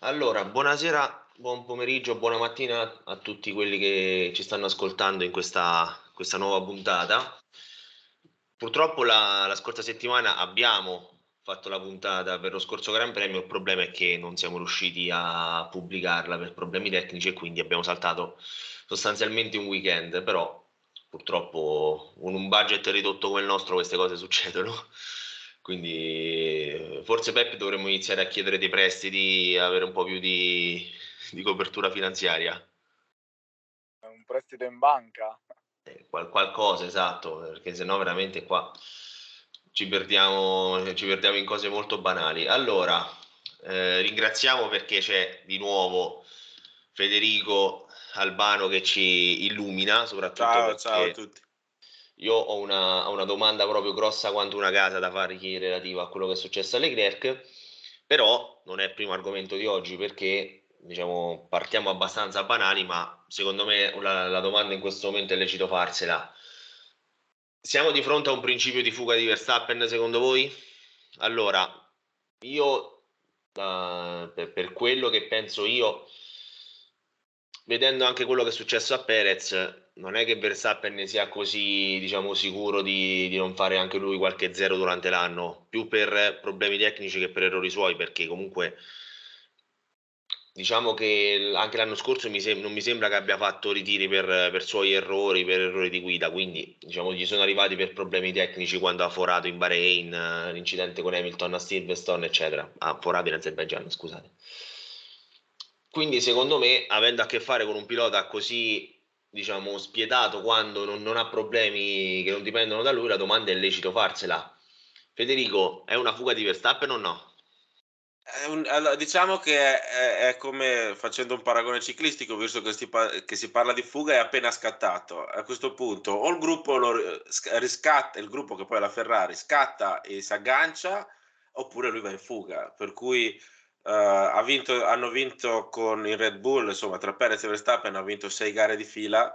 Allora, buonasera, buon pomeriggio, buona mattina a tutti quelli che ci stanno ascoltando in questa nuova puntata. Purtroppo la scorsa settimana abbiamo fatto la puntata per lo scorso Gran Premio, il problema è che non siamo riusciti a pubblicarla per problemi tecnici e quindi abbiamo saltato sostanzialmente un weekend, però purtroppo con un budget ridotto come il nostro queste cose succedono. Quindi forse Pep dovremmo iniziare a chiedere dei prestiti, avere un po' più di copertura finanziaria. Un prestito in banca? Qualcosa, esatto, perché sennò veramente qua ci perdiamo in cose molto banali. Allora, ringraziamo perché c'è di nuovo Federico Albano che ci illumina, soprattutto Ciao, ciao a perché tutti. io ho una domanda proprio grossa quanto una casa da fargli relativa a quello che è successo a Leclerc, però non è il primo argomento di oggi perché, diciamo, partiamo abbastanza banali, ma secondo me la domanda in questo momento è lecito farsela. Siamo di fronte a un principio di fuga di Verstappen, secondo voi? Allora, io, per quello che penso io, vedendo anche quello che è successo a Perez, non è che Verstappen ne sia così, diciamo, sicuro di non fare anche lui qualche zero durante l'anno, più per problemi tecnici che per errori suoi, perché comunque diciamo che anche l'anno scorso non mi sembra che abbia fatto ritiri per suoi errori, per errori di guida, quindi diciamo gli sono arrivati per problemi tecnici quando ha forato in Bahrain, l'incidente con Hamilton a Silverstone, eccetera. Ha forato in Azerbaijan, scusate. Quindi secondo me, avendo a che fare con un pilota così, diciamo, spietato quando non ha problemi che non dipendono da lui, la domanda è lecito farsela. Federico, è una fuga di Verstappen o no? Allora, diciamo che è come facendo un paragone ciclistico, visto che si parla di fuga, è appena scattato. A questo punto o il gruppo lo riscatta, il gruppo che poi è la Ferrari, scatta e s'aggancia, oppure lui va in fuga. Per cui, hanno vinto con il Red Bull, insomma tra Perez e Verstappen hanno vinto 6 gare di fila,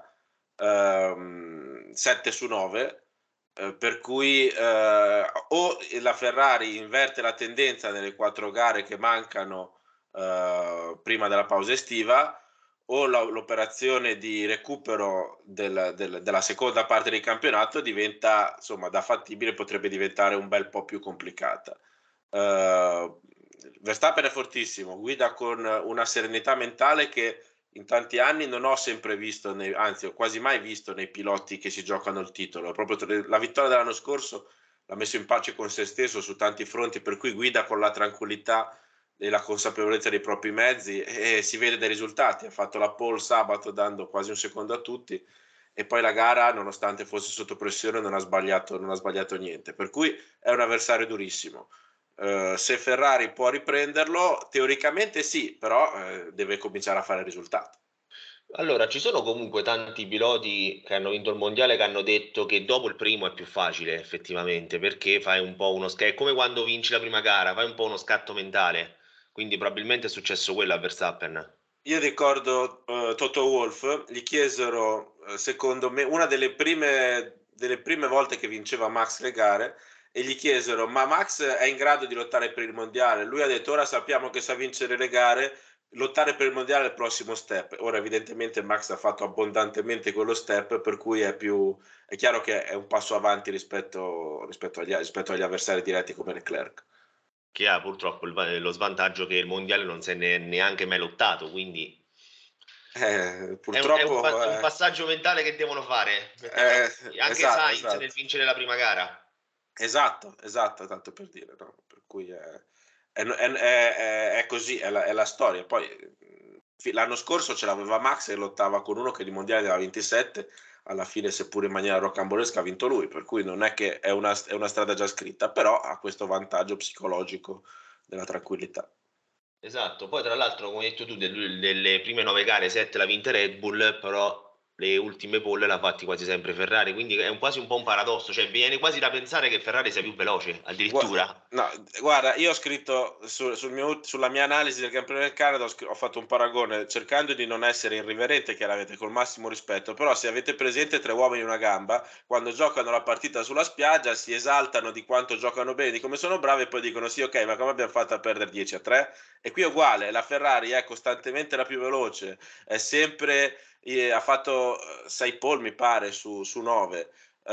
7 su 9. Per cui, o la Ferrari inverte la tendenza nelle 4 gare che mancano, prima della pausa estiva, o l'operazione di recupero della seconda parte del campionato diventa, insomma, da fattibile potrebbe diventare un bel po' più complicata. Uhm, Verstappen è fortissimo, guida con una serenità mentale che in tanti anni non ho sempre visto anzi ho quasi mai visto nei piloti che si giocano il titolo. Proprio la vittoria dell'anno scorso l'ha messo in pace con se stesso su tanti fronti, per cui guida con la tranquillità e la consapevolezza dei propri mezzi e si vede dai risultati. Ha fatto la pole sabato dando quasi un secondo a tutti e poi la gara, nonostante fosse sotto pressione, non ha sbagliato niente. Per cui è un avversario durissimo. Se Ferrari può riprenderlo, teoricamente sì, però, deve cominciare a fare risultati. Allora, ci sono comunque tanti piloti che hanno vinto il mondiale che hanno detto che dopo il primo è più facile effettivamente, perché fai un po' è come quando vinci la prima gara, fai un po' uno scatto mentale. Quindi probabilmente è successo quello a Verstappen. Io ricordo, Toto Wolff, gli chiesero, secondo me una delle prime volte che vinceva Max le gare, e gli chiesero: "Ma Max è in grado di lottare per il mondiale?" Lui ha detto: "Ora sappiamo che sa vincere le gare, lottare per il mondiale è il prossimo step." Ora evidentemente Max ha fatto abbondantemente quello step, per cui è chiaro che è un passo avanti rispetto agli avversari diretti come Leclerc. Che ha purtroppo lo svantaggio che il mondiale non si è neanche mai lottato, quindi Purtroppo, è un passaggio mentale che devono fare, mettiamola così. Anche Sainz nel esatto. vincere la prima gara. Esatto, esatto, tanto per dire, no, per cui è così, è la storia. Poi, l'anno scorso ce l'aveva Max e lottava con uno che di mondiali ne aveva 27, alla fine seppure in maniera rocambolesca ha vinto lui, per cui non è che è una strada già scritta, però ha questo vantaggio psicologico della tranquillità. Esatto, poi tra l'altro come hai detto tu delle prime 9 gare 7 l'ha vinte Red Bull, però le ultime pole l'ha fatti quasi sempre Ferrari, quindi è quasi un po' un paradosso, cioè viene quasi da pensare che Ferrari sia più veloce, addirittura. No, guarda, io ho scritto sulla mia analisi del Campione del Canada, ho fatto un paragone cercando di non essere irriverente, chiaramente, col massimo rispetto, però se avete presente Tre uomini e una gamba, quando giocano la partita sulla spiaggia si esaltano di quanto giocano bene, di come sono bravi e poi dicono sì, ok, ma come abbiamo fatto a perdere 10-3? E qui è uguale, la Ferrari è costantemente la più veloce, è sempre, ha fatto 6 pole mi pare su 9.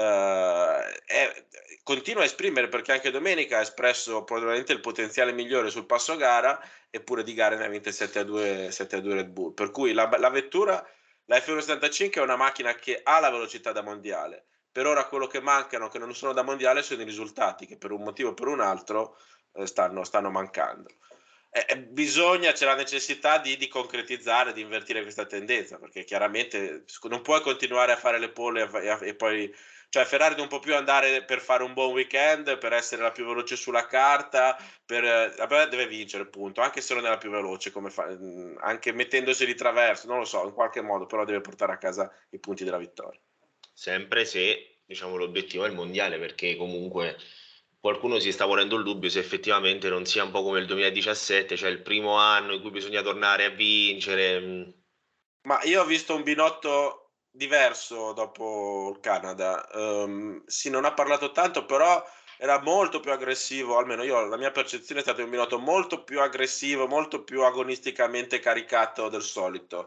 Continua a esprimere, perché anche domenica ha espresso probabilmente il potenziale migliore sul passo gara, eppure di gare ne ha vinte 7-2 Red Bull, per cui la vettura, la F175 è una macchina che ha la velocità da mondiale. Per ora quello che mancano, che non sono da mondiale, sono i risultati che per un motivo o per un altro stanno mancando. C'è la necessità di concretizzare, di invertire questa tendenza, perché chiaramente non puoi continuare a fare le pole e poi, cioè Ferrari non può più andare per fare un buon weekend, per essere la più veloce sulla carta, deve vincere, punto, anche se non è la più veloce, anche mettendosi di traverso, non lo so, in qualche modo, però deve portare a casa i punti della vittoria. Sempre se, diciamo, l'obiettivo è il mondiale, perché comunque qualcuno si sta ponendo il dubbio se effettivamente non sia un po' come il 2017, cioè il primo anno in cui bisogna tornare a vincere. Ma io ho visto un Binotto diverso dopo il Canada. Sì, non ha parlato tanto, però era molto più aggressivo, almeno io, la mia percezione è stata un Binotto molto più aggressivo, molto più agonisticamente caricato del solito.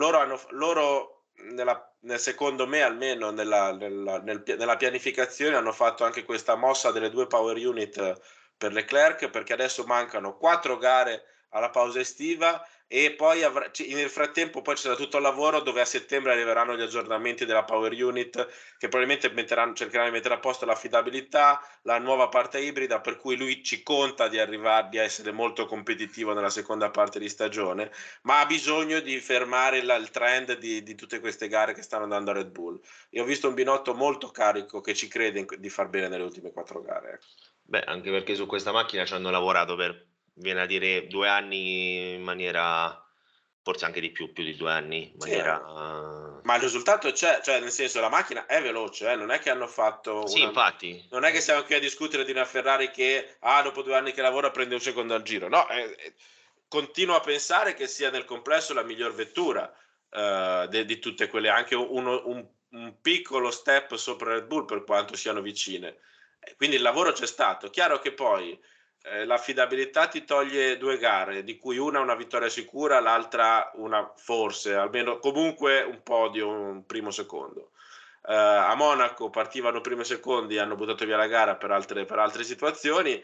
Secondo me, almeno nella pianificazione, hanno fatto anche questa mossa delle 2 power unit per Leclerc, perché adesso mancano 4 gare alla pausa estiva e poi nel frattempo poi c'è tutto il lavoro dove a settembre arriveranno gli aggiornamenti della Power Unit, che probabilmente cercheranno di mettere a posto l'affidabilità, la nuova parte ibrida, per cui lui ci conta di arrivare, di essere molto competitivo nella seconda parte di stagione, ma ha bisogno di fermare il trend di tutte queste gare che stanno andando a Red Bull. Io ho visto un Binotto molto carico che ci crede di far bene nelle ultime 4 gare, ecco. Beh, anche perché su questa macchina ci hanno lavorato per, viene a dire, 2 anni in maniera, forse anche di più di 2 anni, in Sì, maniera. ma il risultato c'è, cioè nel senso la macchina è veloce, non è che hanno fatto Sì, infatti. non è che siamo qui a discutere di una Ferrari che dopo 2 anni che lavora prende un secondo al giro, no, continuo a pensare che sia nel complesso la miglior vettura di tutte quelle, anche un piccolo step sopra Red Bull per quanto siano vicine. Quindi il lavoro c'è stato. Chiaro che poi l'affidabilità ti toglie 2 gare, di cui una vittoria sicura, l'altra una forse, almeno comunque un podio, un primo secondo. A Monaco partivano primi e secondi, hanno buttato via la gara per altre situazioni,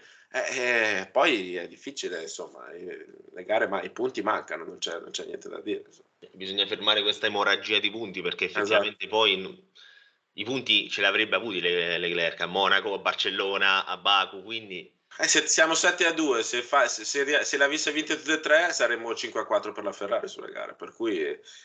poi è difficile, insomma, le gare, ma i punti mancano, non c'è niente da dire. Insomma. Bisogna fermare questa emorragia di punti, perché Esatto. effettivamente poi i punti ce li avrebbe avuti Leclerc a Monaco, a Barcellona, a Baku, quindi. Se siamo 7-2, se le avesse vinte tutte e 3 saremmo 5-4 per la Ferrari sulle gare, per cui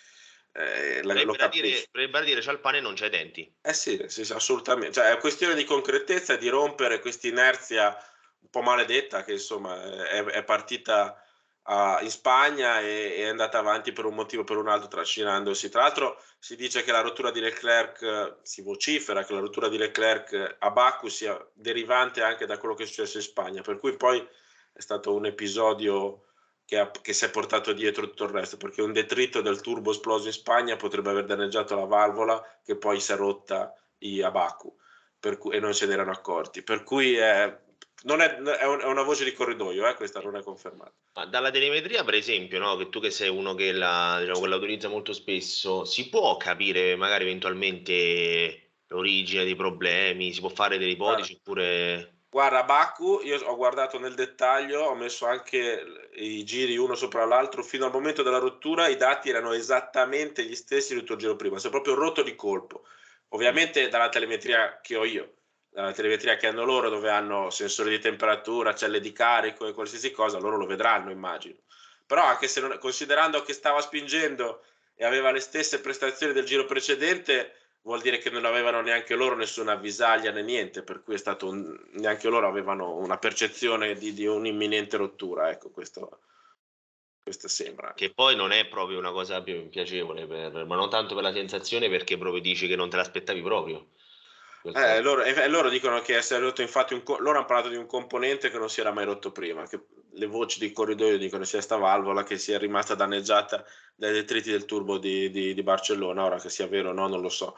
lo capisco. Vorrebbe dire c'ha il pane e non c'ha i denti. Sì, sì, assolutamente. Cioè, è questione di concretezza e di rompere quest'inerzia un po' maledetta che insomma è partita in Spagna e è andata avanti per un motivo o per un altro, trascinandosi. Tra l'altro si dice che la rottura di Leclerc, si vocifera che la rottura di Leclerc a Baku sia derivante anche da quello che è successo in Spagna, per cui poi è stato un episodio che si è portato dietro tutto il resto, perché un detrito del turbo esploso in Spagna potrebbe aver danneggiato la valvola che poi si è rotta a Baku e non se ne erano accorti. Per cui non è una voce di corridoio, questa non è confermata. Ma dalla telemetria, per esempio, no, che tu che sei uno che diciamo, che la utilizza molto spesso, si può capire magari eventualmente l'origine dei problemi, si può fare delle ipotesi oppure. Guarda, Baku, io ho guardato nel dettaglio, ho messo anche i giri uno sopra l'altro, fino al momento della rottura i dati erano esattamente gli stessi di tutto il giro prima, si è proprio rotto di colpo. Ovviamente dalla telemetria che ho io, dalla telemetria che hanno loro, dove hanno sensori di temperatura, celle di carico e qualsiasi cosa, loro lo vedranno, immagino. Però anche se considerando che stava spingendo e aveva le stesse prestazioni del giro precedente, vuol dire che non avevano neanche loro nessuna avvisaglia né niente, per cui è stato neanche loro avevano una percezione di un'imminente rottura, ecco, questo Questa sembra. Che poi non è proprio una cosa più piacevole, ma non tanto per la sensazione, perché proprio dici che non te l'aspettavi proprio. Loro dicono che si è rotto, infatti loro hanno parlato di un componente che non si era mai rotto prima, che le voci di corridoio dicono sia sta valvola che sia rimasta danneggiata dai detriti del turbo di Barcellona. Ora che sia vero o no non lo so.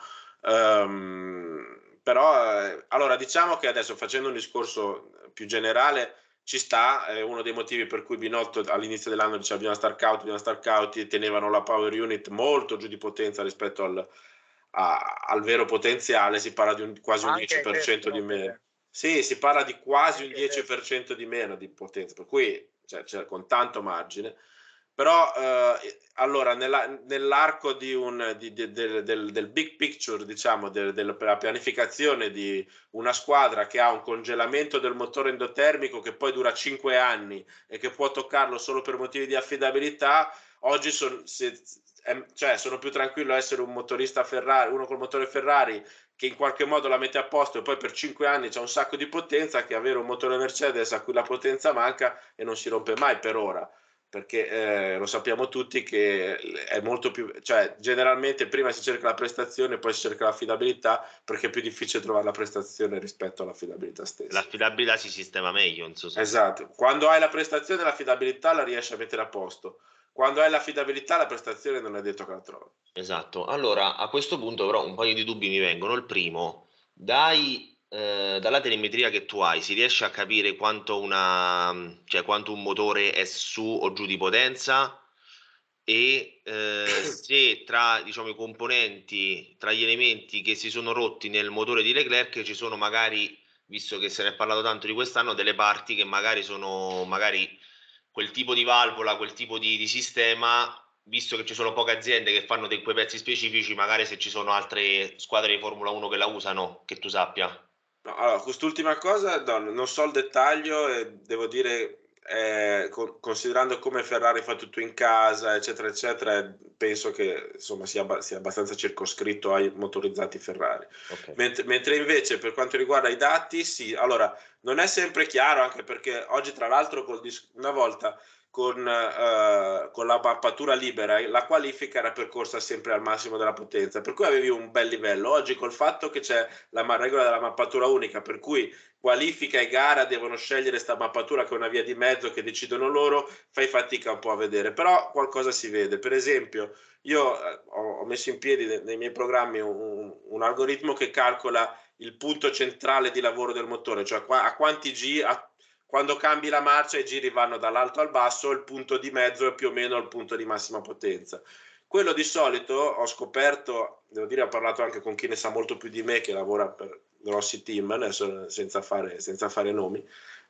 Però allora diciamo che adesso, facendo un discorso più generale, ci sta, è uno dei motivi per cui Binotto all'inizio dell'anno diceva bisogna star cauti, e tenevano la power unit molto giù di potenza rispetto al vero potenziale. Si parla di quasi un 10% di meno. Sì, si parla di quasi un 10% di meno di potenza, per cui cioè, con tanto margine. Però allora nell'arco del big picture, diciamo, della pianificazione di una squadra che ha un congelamento del motore endotermico che poi dura 5 anni e che può toccarlo solo per motivi di affidabilità, oggi sono più tranquillo a essere un motorista Ferrari, uno col motore Ferrari che in qualche modo la mette a posto e poi per 5 anni c'è un sacco di potenza, che avere un motore Mercedes a cui la potenza manca e non si rompe mai per ora, perché lo sappiamo tutti che è molto più, cioè generalmente prima si cerca la prestazione, poi si cerca l'affidabilità, perché è più difficile trovare la prestazione rispetto all'affidabilità stessa. L'affidabilità si sistema meglio, insomma. Esatto, quando hai la prestazione l'affidabilità la riesci a mettere a posto, quando hai l'affidabilità la prestazione non è detto che la trovi. Esatto. Allora, a questo punto però un paio di dubbi mi vengono. Il primo, dalla telemetria che tu hai, si riesce a capire quanto quanto un motore è su o giù di potenza, e se tra, diciamo, i componenti, tra gli elementi che si sono rotti nel motore di Leclerc ci sono magari, visto che se ne è parlato tanto di quest'anno, delle parti che magari sono quel tipo di valvola, quel tipo di sistema. Visto che ci sono poche aziende che fanno quei pezzi specifici, magari se ci sono altre squadre di Formula 1 che la usano, che tu sappia. No, allora, quest'ultima cosa non so il dettaglio, e devo dire, considerando come Ferrari fa tutto in casa, eccetera, eccetera, penso che insomma sia abbastanza circoscritto ai motorizzati Ferrari. Okay. Mentre invece per quanto riguarda i dati, sì, allora non è sempre chiaro, anche perché oggi tra l'altro una volta con la mappatura libera la qualifica era percorsa sempre al massimo della potenza, per cui avevi un bel livello. Oggi col fatto che c'è la regola della mappatura unica, per cui qualifica e gara devono scegliere sta mappatura, che è una via di mezzo che decidono loro, fai fatica un po' a vedere, però qualcosa si vede. Per esempio io ho messo in piedi nei miei programmi un algoritmo che calcola il punto centrale di lavoro del motore, cioè a quanti G, quando cambi la marcia i giri vanno dall'alto al basso, il punto di mezzo è più o meno il punto di massima potenza. Quello di solito ho scoperto, devo dire, ho parlato anche con chi ne sa molto più di me, che lavora per grossi team, adesso senza fare nomi,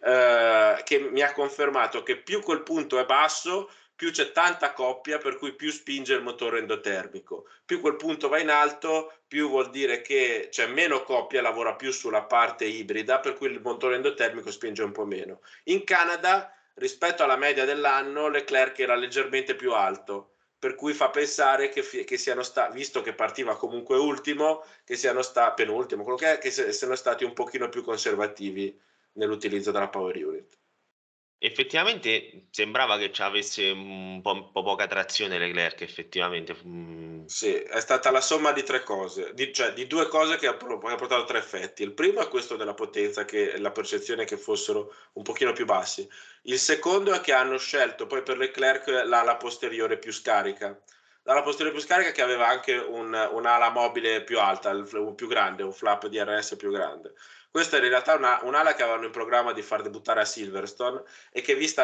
che mi ha confermato che più quel punto è basso, più c'è tanta coppia, per cui più spinge il motore endotermico. Più quel punto va in alto, più vuol dire che c'è meno coppia, lavora più sulla parte ibrida, per cui il motore endotermico spinge un po' meno. In Canada, rispetto alla media dell'anno, Leclerc era leggermente più alto, per cui fa pensare che siano stati, visto che partiva comunque ultimo, che siano stati penultimo, quello che siano stati un pochino più conservativi nell'utilizzo della power unit. Effettivamente sembrava che avesse un po' poca trazione Leclerc, effettivamente. Sì, è stata la somma di tre cose, cioè di due cose che ha portato tre effetti. Il primo è questo della potenza, che la percezione che fossero un pochino più bassi. Il secondo è che hanno scelto poi per Leclerc l'ala posteriore più scarica. L'ala posteriore più scarica che aveva anche un'ala mobile più alta, più grande, un flap DRS più grande. Questa era in realtà un'ala che avevano in programma di far debuttare a Silverstone e che, vista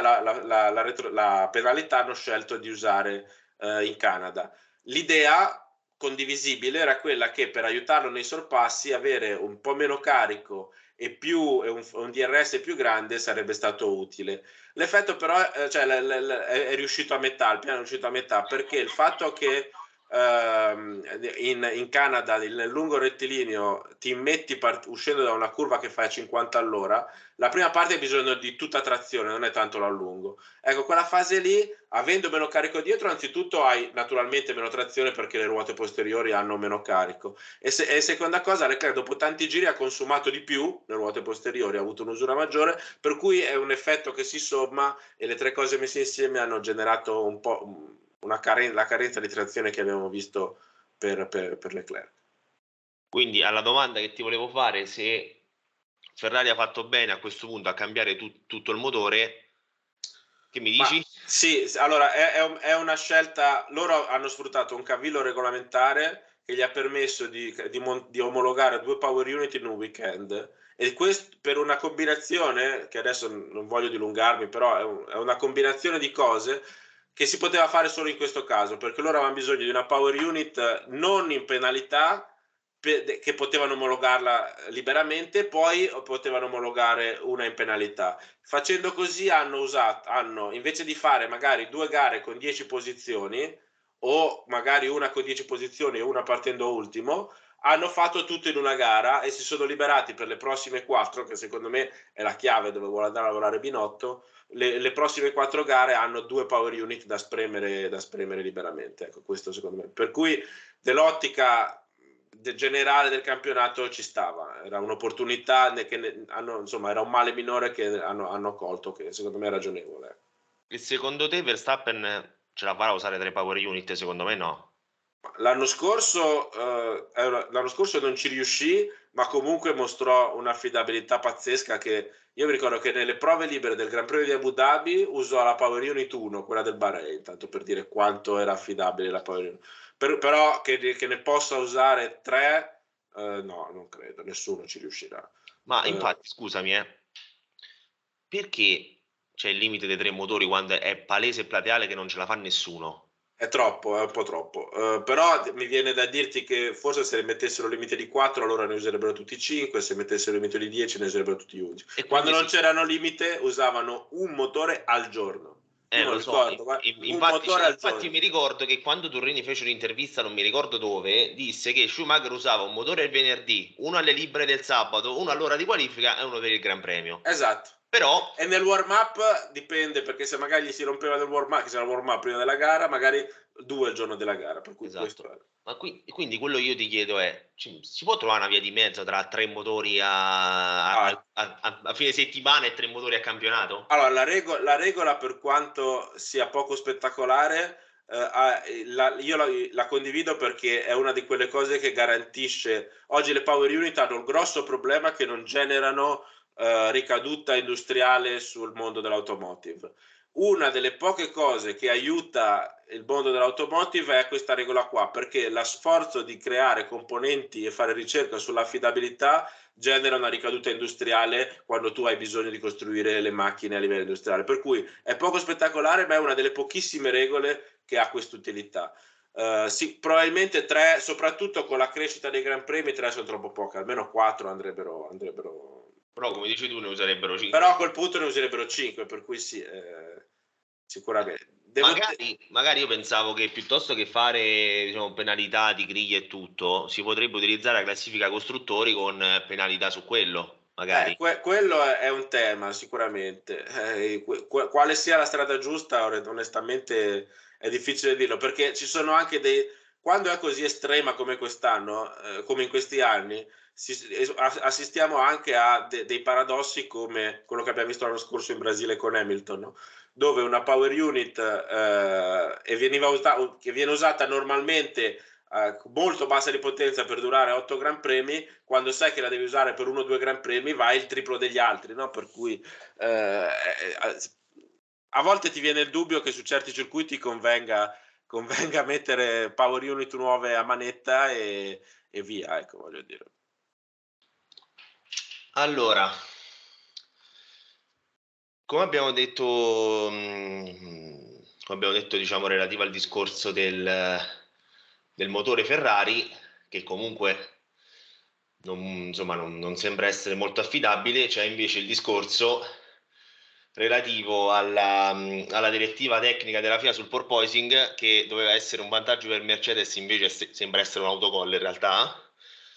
la penalità, hanno scelto di usare in Canada. L'idea condivisibile era quella che per aiutarlo nei sorpassi avere un po' meno carico e un DRS più grande sarebbe stato utile. L'effetto però è riuscito a metà, il piano è riuscito a metà, perché il fatto che in Canada nel lungo rettilineo ti metti uscendo da una curva che fai a 50 all'ora, la prima parte hai bisogno di tutta trazione, non è tanto l'allungo. Ecco, quella fase lì, avendo meno carico dietro, anzitutto hai naturalmente meno trazione perché le ruote posteriori hanno meno carico. E seconda cosa, Leclerc dopo tanti giri ha consumato di più le ruote posteriori, ha avuto un'usura maggiore, per cui è un effetto che si somma e le tre cose messe insieme hanno generato un po' la carenza di trazione che abbiamo visto per Leclerc. Quindi alla domanda che ti volevo fare, se Ferrari ha fatto bene a questo punto a cambiare tutto il motore, che mi dici? Sì, allora è una scelta. Loro hanno sfruttato un cavillo regolamentare che gli ha permesso di omologare 2 power unit in un weekend, e questo per una combinazione che adesso non voglio dilungarmi, però è una combinazione di cose che si poteva fare solo in questo caso, perché loro avevano bisogno di una power unit non in penalità, che potevano omologarla liberamente, poi potevano omologare una in penalità. Facendo così hanno invece di fare magari 2 gare con 10 posizioni, o magari una con 10 posizioni e una partendo ultimo, hanno fatto tutto in una gara e si sono liberati per le prossime 4, che secondo me è la chiave dove vuole andare a lavorare Binotto. Le prossime 4 gare hanno 2 power unit da spremere liberamente. Ecco, questo secondo me. Per cui dell'ottica generale del campionato ci stava, era un'opportunità insomma, era un male minore che hanno colto, che secondo me è ragionevole. E secondo te Verstappen ce la farà a usare 3 power unit? Secondo me no. L'anno scorso non ci riuscì, ma comunque mostrò un'affidabilità pazzesca, che io mi ricordo che nelle prove libere del Gran Premio di Abu Dhabi usò la Power Unit 1, quella del Bahrain, tanto per dire quanto era affidabile la Power Unit. Però che ne possa usare 3, no, non credo, nessuno ci riuscirà. Ma infatti, scusami, perché c'è il limite dei 3 motori quando è palese e plateale che non ce la fa nessuno? È troppo, è un po' troppo. Però mi viene da dirti che forse se mettessero il limite di 4 allora ne userebbero tutti 5, se mettessero il limite di 10 ne userebbero tutti 11. E Quando non sì. c'erano limite usavano un motore al giorno. Io me lo Lo so, ricordo, un infatti, motore al infatti giorno. mi ricordo che quando Torrini fece un'intervista, non mi ricordo dove, disse che Schumacher usava un motore il venerdì, uno alle libere del sabato, uno all'ora di qualifica e uno per il Gran Premio. Esatto. Però E nel warm up dipende, perché se magari gli si rompeva del warm up, che c'era il warm up prima della gara, magari 2 il giorno della gara, per cui questo esatto. è. Ma quindi quello io ti chiedo è, si può trovare una via di mezzo tra 3 motori a fine settimana e 3 motori a campionato? Allora, la regola, per quanto sia poco spettacolare, io la condivido, perché è una di quelle cose che garantisce. Oggi le power unit hanno il grosso problema che non generano ricaduta industriale sul mondo dell'automotive. Una delle poche cose che aiuta il mondo dell'automotive è questa regola qua, perché lo sforzo di creare componenti e fare ricerca sull'affidabilità genera una ricaduta industriale quando tu hai bisogno di costruire le macchine a livello industriale. Per cui è poco spettacolare, ma è una delle pochissime regole che ha quest'utilità. Sì, probabilmente 3, soprattutto con la crescita dei Gran Premi, 3 sono troppo poche, almeno 4 andrebbero. Però come dici tu ne userebbero 5. Però a quel punto ne userebbero 5, per cui sì, sicuramente. Magari io pensavo che piuttosto che fare, diciamo, penalità di griglie e tutto, si potrebbe utilizzare la classifica costruttori con penalità su quello, magari. Quello è un tema, sicuramente. Quale sia la strada giusta, onestamente è difficile dirlo, perché ci sono anche quando è così estrema come quest'anno, come in questi anni, assistiamo anche a dei paradossi, come quello che abbiamo visto l'anno scorso in Brasile con Hamilton, no? Dove una power unit che viene usata normalmente molto bassa di potenza per durare 8 Gran Premi, quando sai che la devi usare per 1 o 2 Gran Premi vai il triplo degli altri, no? Per cui a volte ti viene il dubbio che su certi circuiti convenga mettere power unit nuove a manetta e via, ecco, voglio dire. Allora, come abbiamo detto, diciamo, relativo al discorso del motore Ferrari, che comunque non sembra essere molto affidabile, c'è invece il discorso relativo alla direttiva tecnica della FIA sul porpoising, che doveva essere un vantaggio per Mercedes, invece sembra essere un autogol in realtà,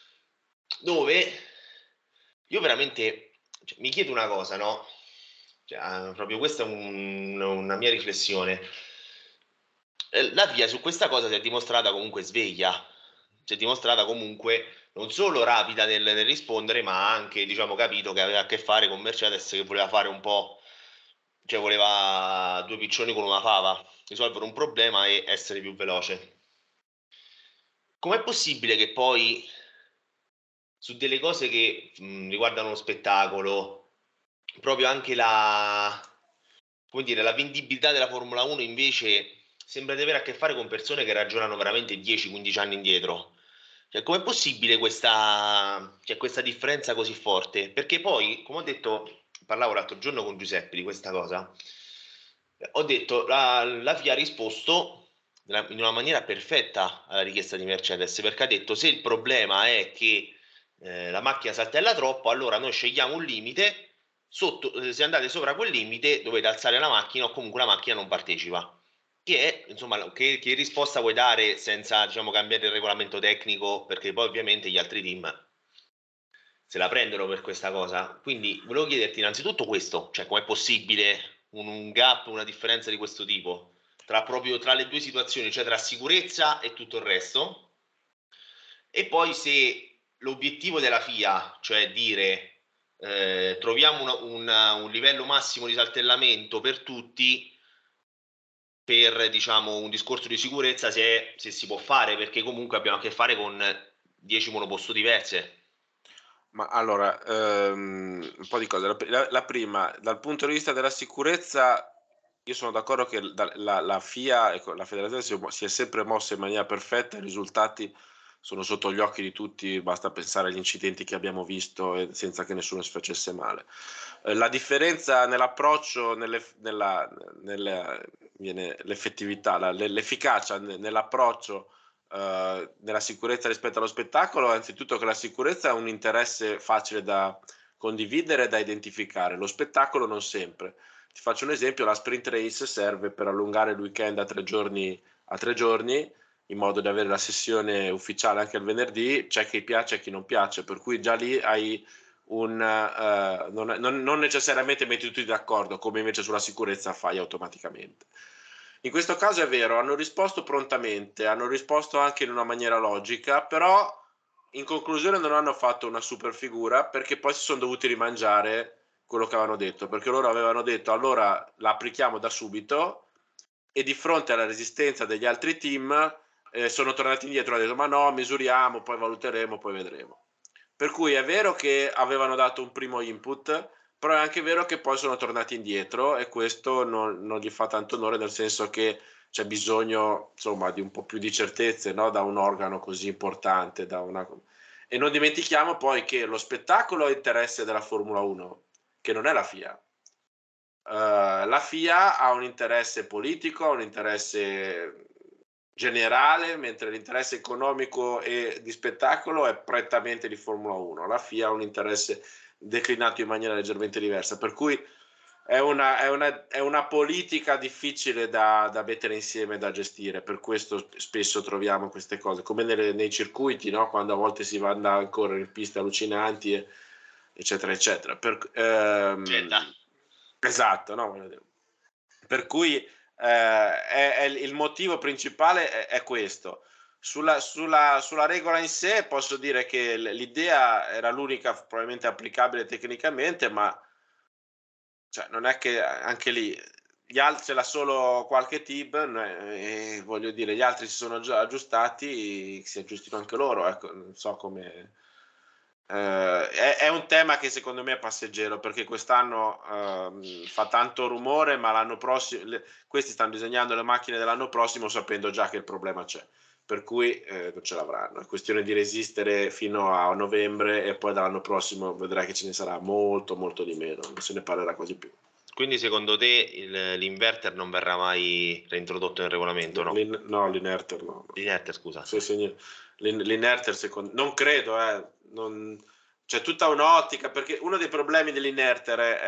dove io veramente mi chiedo una cosa, no? Proprio questa è una mia riflessione. La FIA su questa cosa si è dimostrata comunque sveglia, si è dimostrata comunque non solo rapida nel rispondere, ma anche, diciamo, capito che aveva a che fare con Mercedes, che voleva fare un po', cioè voleva due piccioni con una fava, risolvere un problema e essere più veloce. Com'è possibile che poi su delle cose che riguardano lo spettacolo, proprio anche come dire, la vendibilità della Formula 1 invece sembra di avere a che fare con persone che ragionano veramente 10-15 anni indietro? Cioè, com'è possibile questa differenza così forte? Perché poi, come ho detto, parlavo l'altro giorno con Giuseppe di questa cosa, ho detto la FIA ha risposto in una maniera perfetta alla richiesta di Mercedes, perché ha detto se il problema è che la macchina saltella troppo, allora noi scegliamo un limite, se andate sopra quel limite dovete alzare la macchina o comunque la macchina non partecipa. Che è, insomma, che risposta vuoi dare senza, diciamo, cambiare il regolamento tecnico, perché poi ovviamente gli altri team se la prendono per questa cosa. Quindi volevo chiederti innanzitutto questo, cioè com'è possibile un gap, una differenza di questo tipo tra le due situazioni, cioè tra sicurezza e tutto il resto, e poi se l'obiettivo della FIA, cioè dire troviamo un livello massimo di saltellamento per tutti, per, diciamo, un discorso di sicurezza, se si può fare, perché comunque abbiamo a che fare con 10 monoposto diverse. Ma allora, un po' di cose. La prima, dal punto di vista della sicurezza, io sono d'accordo che la FIA, ecco, la federazione si è sempre mossa in maniera perfetta, i risultati sono sotto gli occhi di tutti, basta pensare agli incidenti che abbiamo visto e senza che nessuno si facesse male. La differenza nell'approccio, l'effettività, l'efficacia nell'approccio, nella sicurezza rispetto allo spettacolo, anzitutto che la sicurezza è un interesse facile da condividere e da identificare, lo spettacolo non sempre. Ti faccio un esempio: la sprint race serve per allungare il weekend a 3 giorni, in modo da avere la sessione ufficiale anche il venerdì. C'è chi piace e chi non piace, per cui già lì hai non necessariamente metti tutti d'accordo, come invece sulla sicurezza fai automaticamente. In questo caso è vero, hanno risposto prontamente, hanno risposto anche in una maniera logica, però in conclusione non hanno fatto una super figura, perché poi si sono dovuti rimangiare quello che avevano detto, perché loro avevano detto allora la applichiamo da subito, e di fronte alla resistenza degli altri team sono tornati indietro e hanno detto ma no, misuriamo, poi valuteremo, poi vedremo. Per cui è vero che avevano dato un primo input, però è anche vero che poi sono tornati indietro, e questo non gli fa tanto onore, nel senso che c'è bisogno, insomma, di un po' più di certezze, no? Da un organo così importante, e non dimentichiamo poi che lo spettacolo è interesse della Formula 1, che non è la FIA. La FIA ha un interesse politico, ha un interesse generale, mentre l'interesse economico e di spettacolo è prettamente di Formula 1. La FIA ha un interesse declinato in maniera leggermente diversa, per cui è una politica difficile da mettere insieme e da gestire. Per questo spesso troviamo queste cose, come nei circuiti, no? Quando a volte si va a correre in piste allucinanti, eccetera, eccetera. Esatto, no? Per cui il motivo principale è questo. Sulla regola in sé posso dire che l'idea era l'unica probabilmente applicabile tecnicamente, ma cioè, non è che anche lì gli altri ce l'ha solo qualche team, e voglio dire, gli altri si sono già aggiustati, si aggiustino anche loro, ecco, non so come. È un tema che secondo me è passeggero, perché quest'anno fa tanto rumore, ma l'anno prossimo questi stanno disegnando le macchine dell'anno prossimo sapendo già che il problema c'è, per cui non ce l'avranno. È questione di resistere fino a novembre, e poi dall'anno prossimo vedrai che ce ne sarà molto molto di meno, non se ne parlerà quasi più. Quindi secondo te l'inverter non verrà mai reintrodotto nel regolamento, no? No, l'inerter no. L'inerter, scusa. Sì. L'inerter non credo, c'è tutta un'ottica, perché uno dei problemi dell'inerter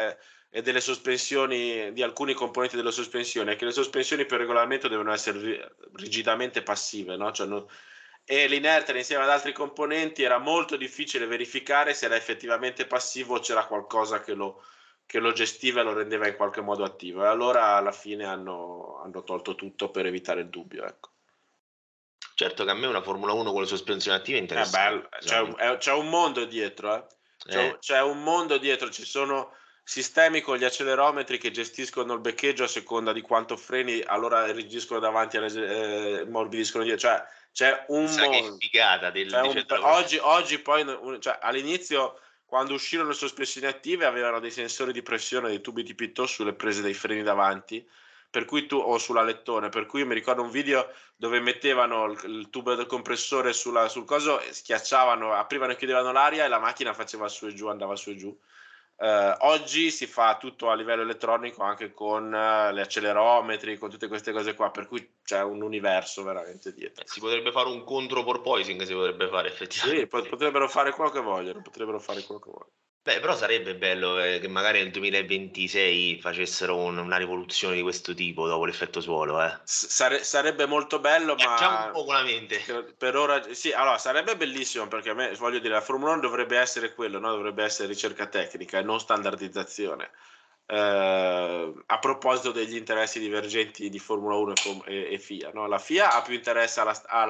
e delle sospensioni, di alcuni componenti delle sospensioni, è che le sospensioni per regolamento devono essere rigidamente passive, no? Cioè e l'inerter insieme ad altri componenti era molto difficile verificare se era effettivamente passivo o c'era qualcosa che lo gestiva e lo rendeva in qualche modo attivo, e allora alla fine hanno tolto tutto per evitare il dubbio, ecco. Certo che a me una Formula 1 con le sospensioni attive È interessa. bello, c'è un mondo dietro, c'è un mondo dietro, ci sono sistemi con gli accelerometri che gestiscono il beccheggio a seconda di quanto freni, allora irrigidiscono davanti e morbidiscono dietro, cioè c'è un mondo. Che figata Oggi poi, cioè, all'inizio, quando uscirono le sospensioni attive, avevano dei sensori di pressione, dei tubi di Pitot sulle prese dei freni davanti, per cui o sull'alettone, per cui mi ricordo un video dove mettevano il tubo del compressore sul coso, schiacciavano, aprivano e chiudevano l'aria e la macchina faceva su e giù, andava su e giù. Oggi si fa tutto a livello elettronico, anche con gli accelerometri, con tutte queste cose qua, per cui c'è un universo veramente dietro. Si potrebbe fare un contro porpoising, si potrebbe fare effettivamente. Sì, potrebbero fare quello che vogliono, Beh, però sarebbe bello che magari nel 2026 facessero una rivoluzione di questo tipo dopo l'effetto suolo, Sarebbe molto bello, Facciamo ma un po' con la mente. per ora sì, allora sarebbe bellissimo, perché a me, voglio dire, la Formula 1 dovrebbe essere quello, no? Dovrebbe essere ricerca tecnica e non standardizzazione. A proposito degli interessi divergenti di Formula 1 e FIA, no? La FIA ha più interesse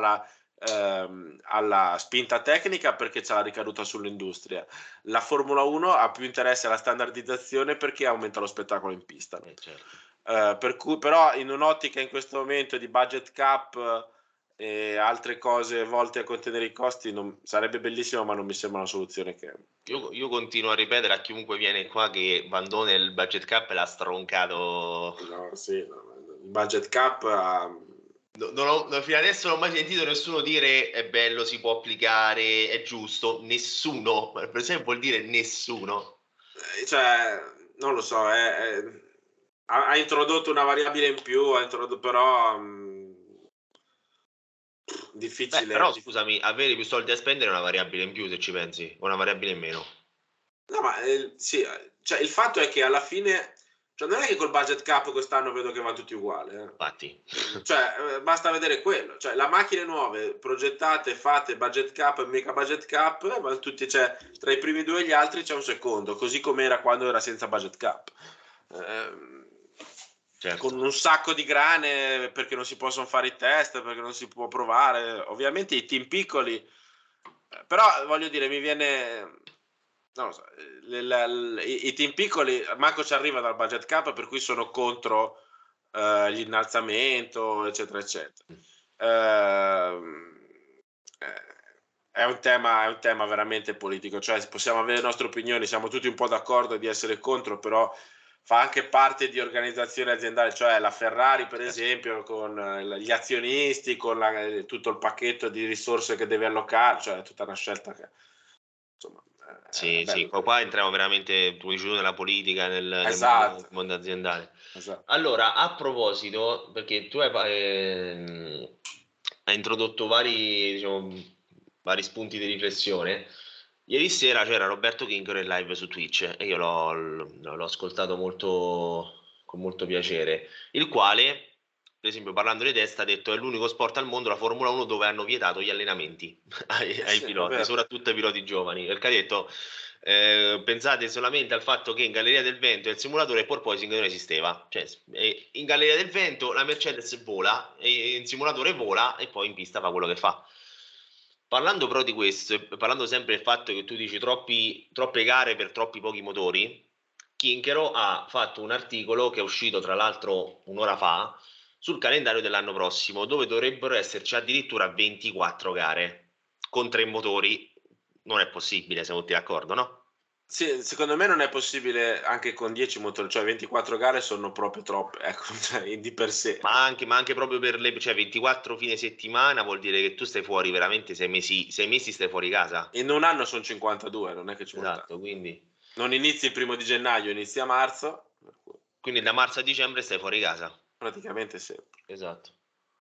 alla spinta tecnica perché c'ha la ricaduta sull'industria. La Formula 1 ha più interesse alla standardizzazione perché aumenta lo spettacolo in pista. Certo. Per cui, però, in un'ottica in questo momento di budget cap e altre cose volte a contenere i costi, sarebbe bellissimo, ma non mi sembra una soluzione che... Io continuo a ripetere a chiunque viene qua che Bandone il budget cap l'ha stroncato. No, sì, il budget cap fino adesso non ho mai sentito nessuno dire è bello, si può applicare, è giusto. Nessuno, per esempio, vuol dire nessuno. Cioè, non lo so, ha introdotto una variabile in più, però difficile. Beh, però scusami, avere più soldi da spendere è una variabile in più, se ci pensi, o una variabile in meno. No, ma sì, cioè, il fatto è che alla fine, cioè, non è che col budget cap quest'anno vedo che va tutti uguali. Infatti. Cioè, basta vedere quello. Cioè, le macchine nuove, progettate, fatte, budget cap, mega budget cap, vanno tutti, cioè, tra i primi due e gli altri c'è un secondo, così come era quando era senza budget cap. Certo. Con un sacco di grane, perché non si possono fare i test, perché non si può provare. Ovviamente i team piccoli, però voglio dire, mi viene... Non lo so, i team piccoli manco ci arriva dal budget cap, per cui sono contro l'innalzamento, eccetera, eccetera. È un tema veramente politico, cioè possiamo avere le nostre opinioni, siamo tutti un po' d'accordo di essere contro, però fa anche parte di organizzazione aziendale, cioè la Ferrari per esempio con gli azionisti, con tutto il pacchetto di risorse che deve allocare, cioè è tutta una scelta che insomma... Sì, qua entriamo veramente, tu dici tu, nella politica, nel mondo aziendale. Esatto. Allora, a proposito, perché tu hai introdotto vari spunti di riflessione. Ieri sera c'era Roberto Kinker in live su Twitch e io l'ho ascoltato con molto piacere, il quale, per esempio, parlando di testa, ha detto è l'unico sport al mondo, la Formula 1, dove hanno vietato gli allenamenti ai piloti, soprattutto ai piloti giovani, perché ha detto pensate solamente al fatto che in Galleria del Vento il simulatore porpoising non esisteva, cioè in Galleria del Vento la Mercedes vola, e in simulatore vola e poi in pista fa quello che fa. Parlando però di questo, parlando sempre del fatto che tu dici troppe gare per troppi pochi motori, Kinchero ha fatto un articolo che è uscito tra l'altro un'ora fa sul calendario dell'anno prossimo, dove dovrebbero esserci addirittura 24 gare con 3 motori. Non è possibile, siamo tutti d'accordo, no? Sì, secondo me non è possibile anche con 10 motori, cioè 24 gare sono proprio troppe, ecco, cioè, di per sé. Ma anche proprio per 24 fine settimana vuol dire che tu stai fuori veramente 6 mesi stai fuori casa. In un anno sono 52, non è che ci vuole Esatto, quindi... Non inizi il 1 gennaio, inizi a marzo. Quindi da marzo a dicembre stai fuori casa. Praticamente sempre. Esatto.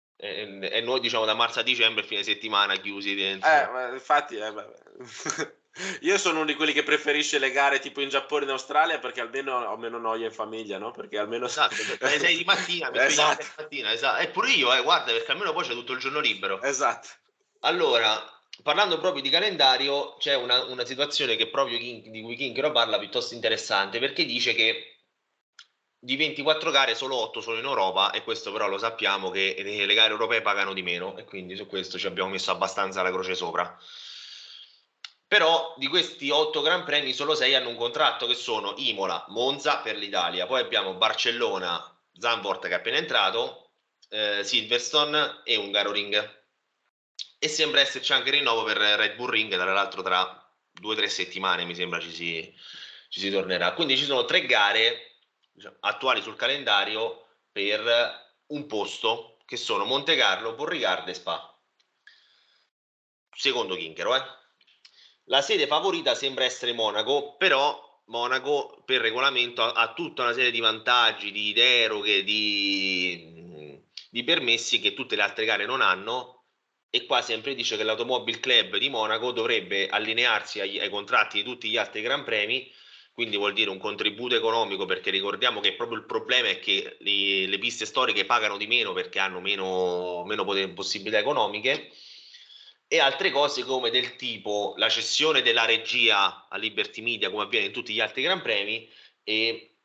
E noi diciamo da marzo a dicembre fine settimana chiusi dentro. Ma infatti, Io sono uno di quelli che preferisce le gare tipo in Giappone e in Australia perché almeno ho meno noia in famiglia, no? Perché almeno Esatto, alle 6 di mattina mi sveglio alle 6 esatto, di mattina, esatto. E pure io, guarda, perché almeno poi c'è tutto il giorno libero. esatto. Allora, parlando proprio di calendario, c'è una situazione che proprio di cui Kinchero parla piuttosto interessante, perché dice che di 24 gare solo 8 sono in Europa, e questo però lo sappiamo che le gare europee pagano di meno, e quindi su questo ci abbiamo messo abbastanza la croce sopra. Però di questi 8 Gran Premi solo 6 hanno un contratto, che sono Imola, Monza per l'Italia, poi abbiamo Barcellona, Zandvoort che è appena entrato, Silverstone e Hungaroring. E sembra esserci anche il rinnovo per Red Bull Ring, tra l'altro tra 2 o 3 settimane mi sembra ci si tornerà. Quindi ci sono 3 gare, diciamo, attuali sul calendario per un posto, che sono Monte Carlo, Porricardo e Spa. Secondo Kinchero, La sede favorita sembra essere Monaco, però Monaco per regolamento ha tutta una serie di vantaggi, di deroghe, di permessi che tutte le altre gare non hanno, e qua sempre dice che l'Automobile Club di Monaco dovrebbe allinearsi ai contratti di tutti gli altri Gran Premi, quindi vuol dire un contributo economico, perché ricordiamo che proprio il problema è che le piste storiche pagano di meno perché hanno meno possibilità economiche, e altre cose come del tipo la cessione della regia a Liberty Media, come avviene in tutti gli altri Gran Premi, e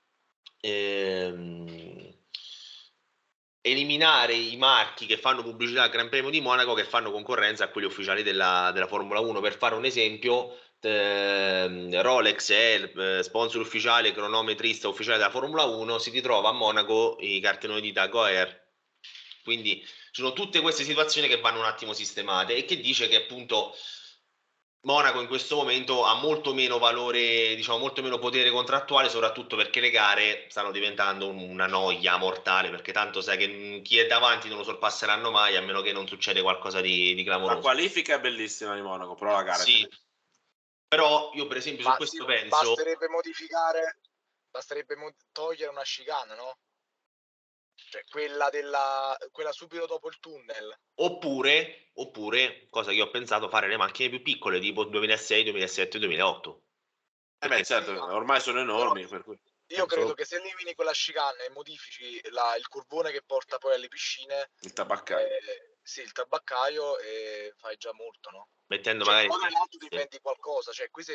eliminare i marchi che fanno pubblicità al Gran Premio di Monaco, che fanno concorrenza a quelli ufficiali della Formula 1. Per fare un esempio, Rolex è il sponsor ufficiale, cronometrista ufficiale della Formula 1, si ritrova a Monaco i cartelloni di Tag Heuer. Quindi ci sono tutte queste situazioni che vanno un attimo sistemate, e che dice che appunto Monaco in questo momento ha molto meno valore, diciamo molto meno potere contrattuale, soprattutto perché le gare stanno diventando una noia mortale, perché tanto sai che chi è davanti non lo sorpasseranno mai, a meno che non succede qualcosa di La clamoroso. qualifica è bellissima di Monaco, però la gara Sì, però io per esempio su questo penso... Basterebbe modificare, togliere una chicane, no? Cioè quella subito dopo il tunnel. Oppure, cosa che io ho pensato, fare le macchine più piccole, tipo 2006, 2007, 2008. beh, Perché certo, ormai sono enormi, Però per cui io credo solo che se elimini quella chicane e modifici il curvone che porta poi alle piscine, il tabaccaio. sì, il tabaccaio, fai già molto, no? mettendo Cioè, magari... poi dall'altro diventi qualcosa. Cioè, qui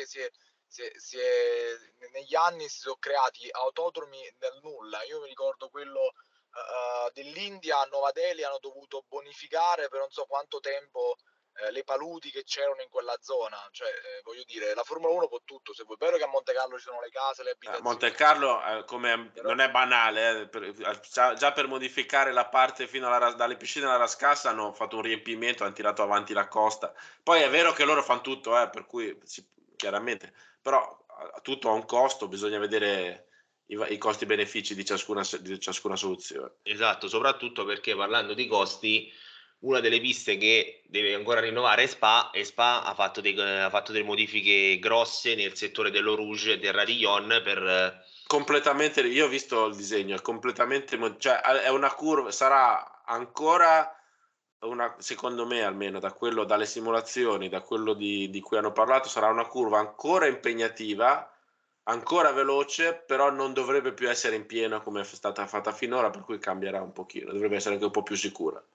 negli anni si sono creati autodromi nel nulla. Io mi ricordo quello dell'India a Nuova Delhi, hanno dovuto bonificare per non so quanto tempo le paludi che c'erano in quella zona. Cioè, voglio dire, la Formula 1 può tutto. Se vuoi, è vero che a Monte Carlo ci sono le case, le abitazioni, Monte Carlo come però... non è banale, già per modificare la parte fino dalle piscine alla Rascassa hanno fatto un riempimento, hanno tirato avanti la costa. Poi è vero che loro fanno tutto, per cui chiaramente, però tutto ha un costo, bisogna vedere i costi-benefici di ciascuna soluzione. Esatto, soprattutto perché parlando di costi, una delle piste che deve ancora rinnovare è Spa, e Spa ha fatto delle modifiche grosse nel settore dell'Eau Rouge e del Radillon per... Completamente, io ho visto il disegno, è completamente, cioè è una curva, sarà ancora una, secondo me almeno dalle simulazioni, da quello di cui hanno parlato, sarà una curva ancora impegnativa, ancora veloce, però non dovrebbe più essere in pieno come è stata fatta finora, per cui cambierà un pochino, dovrebbe essere anche un po' più sicura.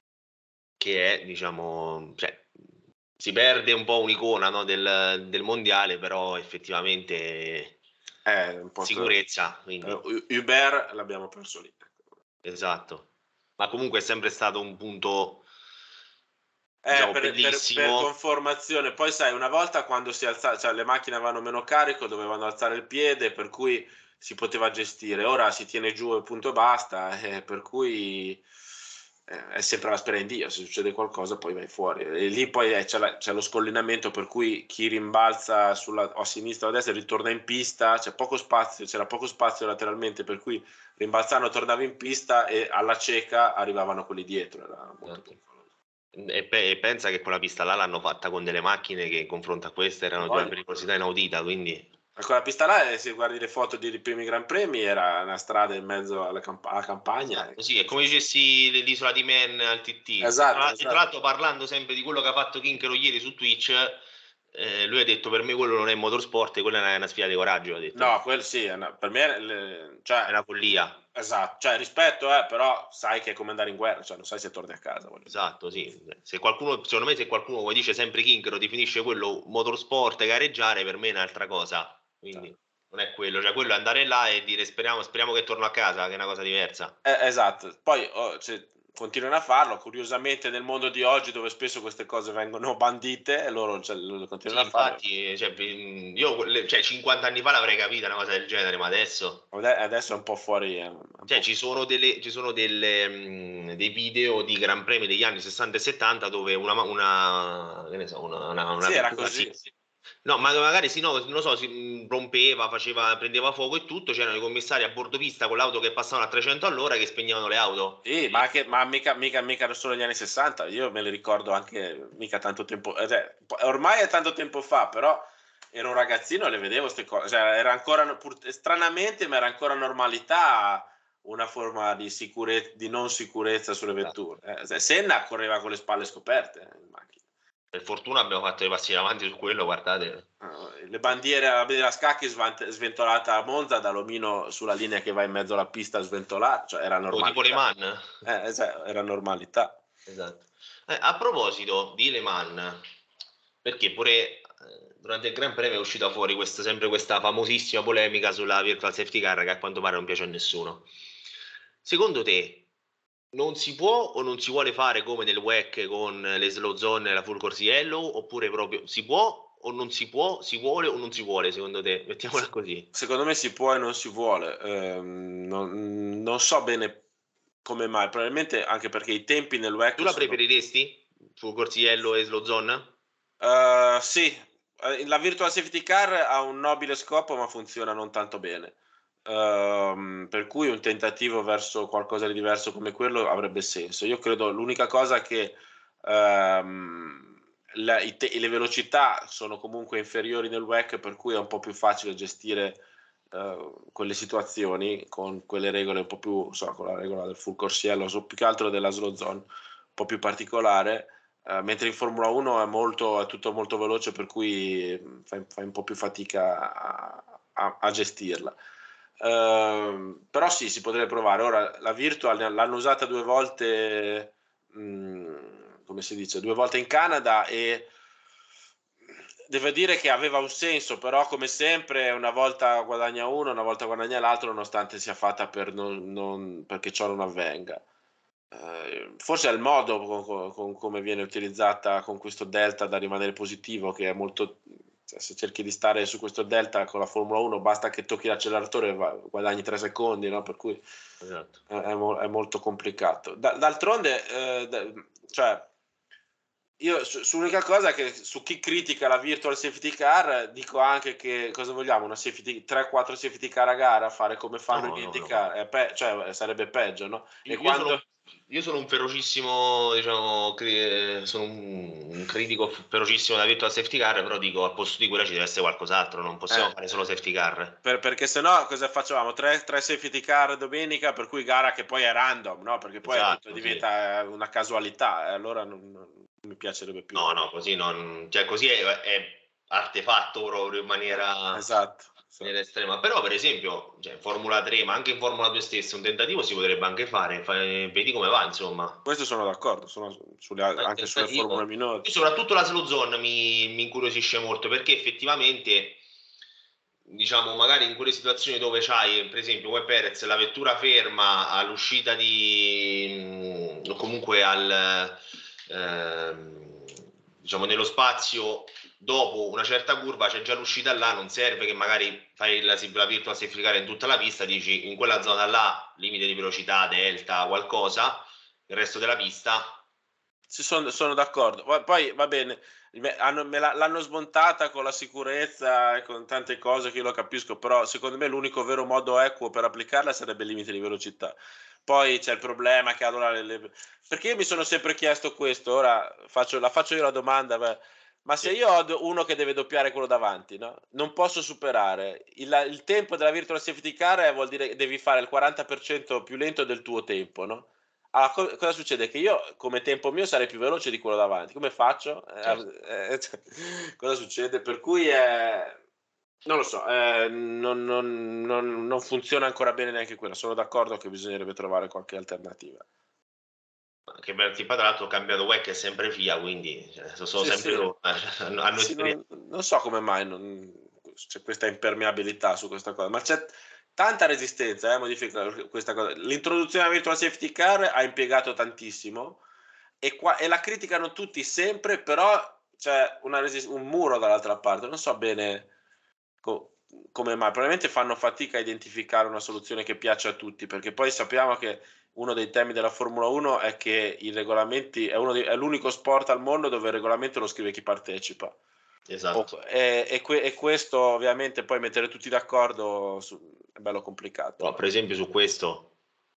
che è, diciamo, cioè, si perde un po' un'icona, no, del mondiale, però effettivamente Un po' sicurezza, quindi Uber l'abbiamo perso lì. esatto. Ma comunque è sempre stato un punto, diciamo, Per bellissimo. conformazione, poi sai, una volta quando si alza, cioè le macchine avevano meno carico, dovevano alzare il piede, per cui si poteva gestire. Ora si tiene giù e punto e basta, per cui è sempre la spera in Dio, se succede qualcosa poi vai fuori. E lì poi c'è lo scollinamento, per cui chi rimbalza o a sinistra o a destra ritorna in pista, c'era poco spazio lateralmente, per cui rimbalzando tornava in pista e alla cieca arrivavano quelli dietro, era molto Esatto. pericoloso. E pensa che quella pista là l'hanno fatta con delle macchine che in confronto a queste erano di una pericolosità inaudita, quindi... Quella pista là, se guardi le foto dei primi Gran Premi, era una strada in mezzo alla campagna. Esatto, sì, è come dicessi l'isola di Man al TT. Esatto, E tra l'altro, parlando sempre di quello che ha fatto Kinchero ieri su Twitch, lui ha detto per me quello non è motorsport, quella è una sfida di coraggio, ha detto. No, quel sì, per me È una follia. Esatto, cioè rispetto, però sai che è come andare in guerra, cioè non sai se torni a casa. Esatto, sì. Secondo me, se qualcuno, come dice sempre King, lo definisce quello motorsport, gareggiare, per me è un'altra cosa. Quindi non è quello, cioè quello è andare là e dire speriamo che torno a casa, che è una cosa diversa. Esatto, poi continuano a farlo, curiosamente nel mondo di oggi dove spesso queste cose vengono bandite, loro continuano Sì, a farlo. infatti, io 50 anni fa l'avrei capita una cosa del genere, ma adesso... Adesso è un po' fuori. Cioè, ci sono dei video di Gran Premi degli anni 60 e 70 dove che ne so, una Sì, era vettura così. no, ma magari sì, no, non lo so, si rompeva, prendeva fuoco e tutto, c'erano i commissari a bordo pista con l'auto che passavano a 300 all'ora che spegnevano le auto. Sì, ma mica solo negli anni 60, io me le ricordo anche mica tanto tempo, cioè, ormai è tanto tempo fa, però ero un ragazzino e le vedevo queste cose, cioè, era ancora, stranamente, ma era ancora normalità una forma di di non sicurezza sulle vetture. Senna correva con le spalle scoperte in macchina. Per fortuna abbiamo fatto i passi in avanti su quello, guardate. Le bandiere, la bandiera a scacchi sventolata a Monza dall'omino sulla linea che va in mezzo alla pista a sventolare, cioè era Tipo Le normalità. Mans. Era normalità. Esatto. A proposito di Le Mans, perché pure durante il Gran Premio è uscita fuori sempre questa famosissima polemica sulla virtual safety car che a quanto pare non piace a nessuno. Secondo te non si può o non si vuole fare come nel WEC con le slow zone e la full course yellow, oppure proprio si può o non si può, si vuole o non si vuole, secondo te? Mettiamola così. Secondo me si può e non si vuole. Non so bene come mai, probabilmente anche perché i tempi nel Tu WEC la sono... preferiresti? Full course yellow e slow zone? Sì, la virtual safety car ha un nobile scopo, ma funziona non tanto bene. Per cui un tentativo verso qualcosa di diverso come quello avrebbe senso. Io credo l'unica cosa che le velocità sono comunque inferiori nel WEC, per cui è un po' più facile gestire quelle situazioni con quelle regole un po' più, con la regola del full corsiello, più che altro della slow zone, un po' più particolare. Mentre in Formula 1 è tutto molto veloce, per cui fai un po' più fatica a gestirla. Però sì, si potrebbe provare. Ora, la virtual l'hanno usata 2 volte, come si dice, 2 volte in Canada e devo dire che aveva un senso, però come sempre una volta guadagna uno, una volta guadagna l'altro, nonostante sia fatta perché ciò non avvenga. Forse è il modo con come viene utilizzata con questo delta da rimanere positivo, che è molto, cioè, se cerchi di stare su questo delta con la Formula 1 basta che tocchi l'acceleratore e guadagni 3 secondi, no? Per cui Esatto. è molto complicato. D'altronde, cioè, io sull'unica cosa è che su chi critica la virtual safety car dico anche che cosa vogliamo, una 3-4 safety car a gara, fare come fanno No, in no, no. IndyCar, cioè sarebbe peggio, no? E Io sono un ferocissimo, diciamo, sono un critico ferocissimo della virtual safety car, però dico al posto di quella ci deve essere qualcos'altro, non possiamo fare solo safety car. Perché sennò cosa facevamo? Tre safety car domenica, per cui gara che poi è random, no? Perché poi Esatto, diventa una casualità, e allora non mi piacerebbe più. No, così non, cioè così è artefatto proprio in maniera, Esatto. estrema. Però, per esempio, cioè, in Formula 3, ma anche in Formula 2 stessa, un tentativo si potrebbe anche fare. Vedi come va, insomma. Questo sono d'accordo, anche sulle formule minori. Soprattutto la slow zone mi incuriosisce molto perché effettivamente, diciamo, magari in quelle situazioni dove c'hai, per esempio, come Perez, la vettura ferma all'uscita o comunque diciamo, nello spazio dopo una certa curva, c'è già l'uscita là, non serve che magari fai la virtual safety car in tutta la pista, dici in quella zona là, limite di velocità, delta, qualcosa, il resto della pista. Sono d'accordo. Poi va bene, l'hanno smontata con la sicurezza e con tante cose che io lo capisco, però secondo me l'unico vero modo equo per applicarla sarebbe il limite di velocità. Poi c'è il problema che allora perché io mi sono sempre chiesto questo, ora la faccio io la domanda, ma se io ho uno che deve doppiare quello davanti, no? Non posso superare il tempo della virtual safety car, vuol dire che devi fare il 40% più lento del tuo tempo, no? Allora, cosa succede? Che io come tempo mio sarei più veloce di quello davanti. Come faccio? Certo. Cosa succede? Per cui non lo so, non funziona ancora bene neanche quello. Sono d'accordo che bisognerebbe trovare qualche alternativa. Che poi tra l'altro ho cambiato WEC è sempre FIA, quindi sono Sì, sempre sì. loro, hanno Sì, esperienza. non so come mai c'è questa impermeabilità su questa cosa, ma c'è tanta resistenza a modificare questa cosa. L'introduzione della virtual safety car ha impiegato tantissimo e la criticano tutti sempre, però c'è un muro dall'altra parte. Non so bene come mai. Probabilmente fanno fatica a identificare una soluzione che piaccia a tutti, perché poi sappiamo che uno dei temi della Formula 1 è che i regolamenti è l'unico sport al mondo dove il regolamento lo scrive chi partecipa. Esatto. E questo ovviamente poi mettere tutti d'accordo è bello complicato. No, per esempio su questo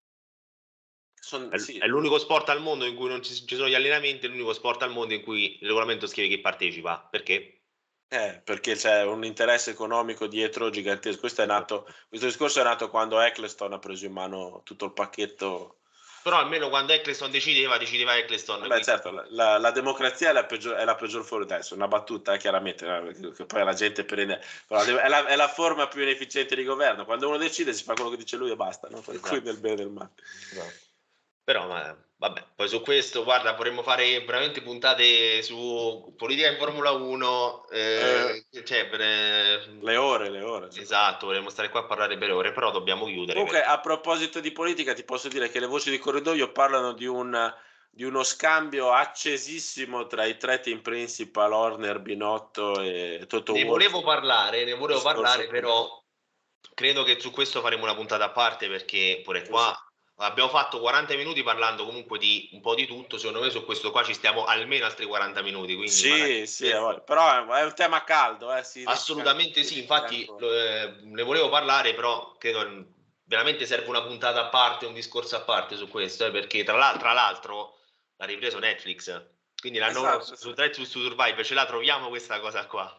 Sì. è l'unico sport al mondo in cui non ci sono gli allenamenti, è l'unico sport al mondo in cui il regolamento scrive chi partecipa. Perché? Perché c'è un interesse economico dietro gigantesco. Questo discorso è nato quando Eccleston ha preso in mano tutto il pacchetto. Però almeno quando Eccleston decideva Eccleston. Vabbè, Quindi... certo, la democrazia è la peggior forma, adesso una battuta, chiaramente, che poi la gente prende, però è la forma più inefficiente di governo. Quando uno decide si fa quello che dice lui e basta, no? Per cui nel bene e nel male. Esatto. Però vabbè, poi su questo, guarda, vorremmo fare veramente puntate su politica in Formula 1, cioè Le ore. Cioè. esatto, vorremmo stare qua a parlare per ore, però dobbiamo chiudere. Comunque, a proposito di politica, ti posso dire che le voci di corridoio parlano di uno scambio accesissimo tra i tre team principal, Horner, Binotto e Toto Ne Wolff. volevo parlare, però credo che su questo faremo una puntata a parte, perché pure qua abbiamo fatto 40 minuti parlando comunque di un po' di tutto. Secondo me su questo qua ci stiamo almeno altri 40 minuti, quindi Sì, però è un tema caldo, assolutamente sì, infatti ne volevo parlare, però credo veramente serve una puntata a parte, un discorso a parte su questo, perché tra l'altro l'ha ripreso Netflix, quindi Esatto, su Drive to Survive ce la troviamo questa cosa qua.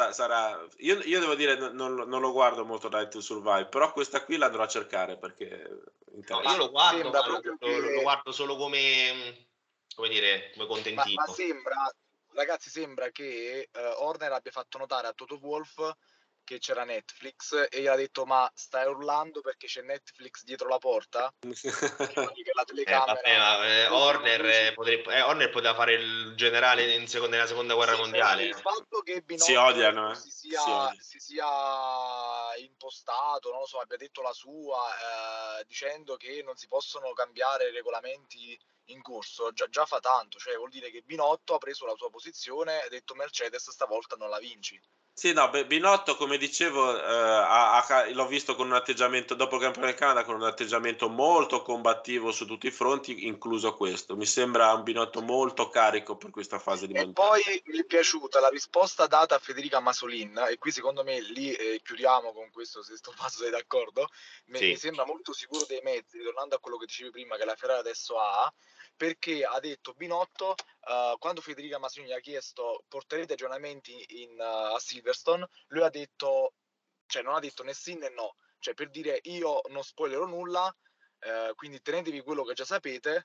Io devo dire, non lo guardo molto Drive to Survive, però questa qui l'andrò a cercare perché No, io lo guardo, Sembra ma proprio lo guardo solo come dire, come ma contentino. ragazzi, sembra che Horner abbia fatto notare a Toto Wolff che c'era Netflix e gli ha detto: ma stai urlando perché c'è Netflix dietro la porta? Che la telecamera Horner poteva fare il generale nella seconda guerra sì, però mondiale. il fatto che si Binotto odiano, si sia impostato, non lo so, abbia detto la sua, dicendo che non si possono cambiare i regolamenti in corso, già fa tanto, cioè vuol dire che Binotto ha preso la sua posizione e ha detto Mercedes stavolta non la vinci. Sì, no, Binotto, come dicevo, l'ho visto con un atteggiamento, dopo il Gran Premio del Canada, con un atteggiamento molto combattivo su tutti i fronti, incluso questo. Mi sembra un Binotto molto carico per questa fase di E mondiale. poi mi è piaciuta la risposta data a Federica Masolin, e qui secondo me lì chiudiamo con questo, se sto passo sei d'accordo, mi Sì. sembra molto sicuro dei mezzi, tornando a quello che dicevi prima che la Ferrari adesso ha, perché ha detto Binotto, quando Federica Masolin gli ha chiesto porterete aggiornamenti a Silverstone, lui ha detto, cioè non ha detto né sì né no, cioè per dire io non spoilerò nulla, quindi tenetevi quello che già sapete,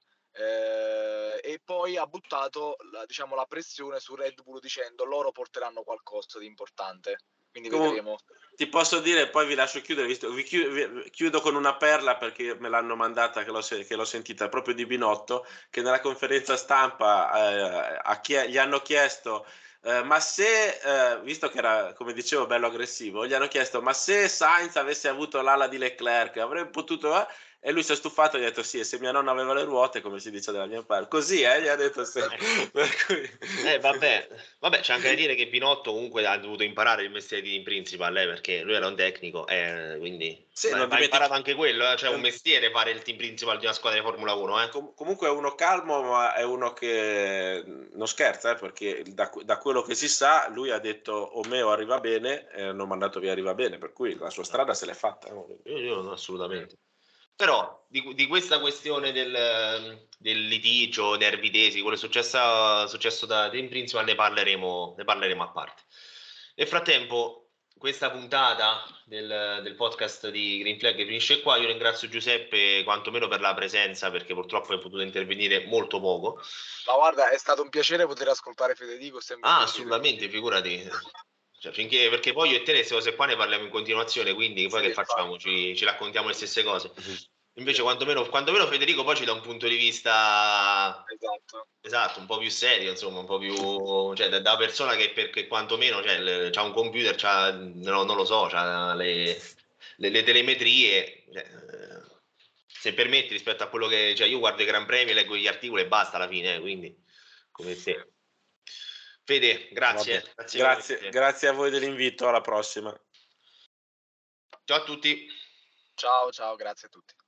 e poi ha buttato la pressione su Red Bull dicendo loro porteranno qualcosa di importante, quindi vedremo. Ti posso dire, poi vi lascio chiudere, chiudo con una perla perché me l'hanno mandata, che l'ho sentita proprio di Binotto, che nella conferenza stampa gli hanno chiesto, ma se, visto che era, come dicevo, bello aggressivo, gli hanno chiesto, ma se Sainz avesse avuto l'ala di Leclerc, avrebbe potuto... E lui si è stufato e gli ha detto sì, e se mia nonna aveva le ruote, come si dice dalla mia parte. Così, gli ha detto sì. Per cui... Vabbè, c'è anche da dire che Binotto comunque ha dovuto imparare il mestiere di team principal, perché lui era un tecnico, quindi Sì, non va imparato anche quello, cioè è un mestiere fare il team principal di una squadra di Formula 1. Comunque è uno calmo, ma è uno che non scherza, perché da quello che si sa, lui ha detto Omeo arriva bene e hanno mandato via arriva bene, per cui la sua strada se l'è fatta. Io assolutamente. Però di questa questione del litigio nervi tesi, quello successo da team principal, ne parleremo a parte. Nel frattempo questa puntata del podcast di Green Flag finisce qua. Io ringrazio Giuseppe quantomeno per la presenza, perché purtroppo è potuto intervenire molto poco. Ma guarda, è stato un piacere poter ascoltare Federico, sempre un piacere. Assolutamente, figurati. Cioè, finché, perché poi io e te queste cose qua ne parliamo in continuazione, quindi poi Sì, che facciamo? Ci raccontiamo le stesse cose. Mhm. Invece quantomeno Federico poi ci dà un punto di vista esatto, un po' più serio, insomma, un po' più, cioè, da persona che perché quantomeno cioè, c'ha un computer, non lo so, c'ha le telemetrie, se permetti, rispetto a quello che, cioè, io guardo i Gran Premi, leggo gli articoli e basta alla fine, quindi come te. Fede, grazie. Grazie a voi dell'invito, alla prossima. Ciao a tutti. Ciao, grazie a tutti.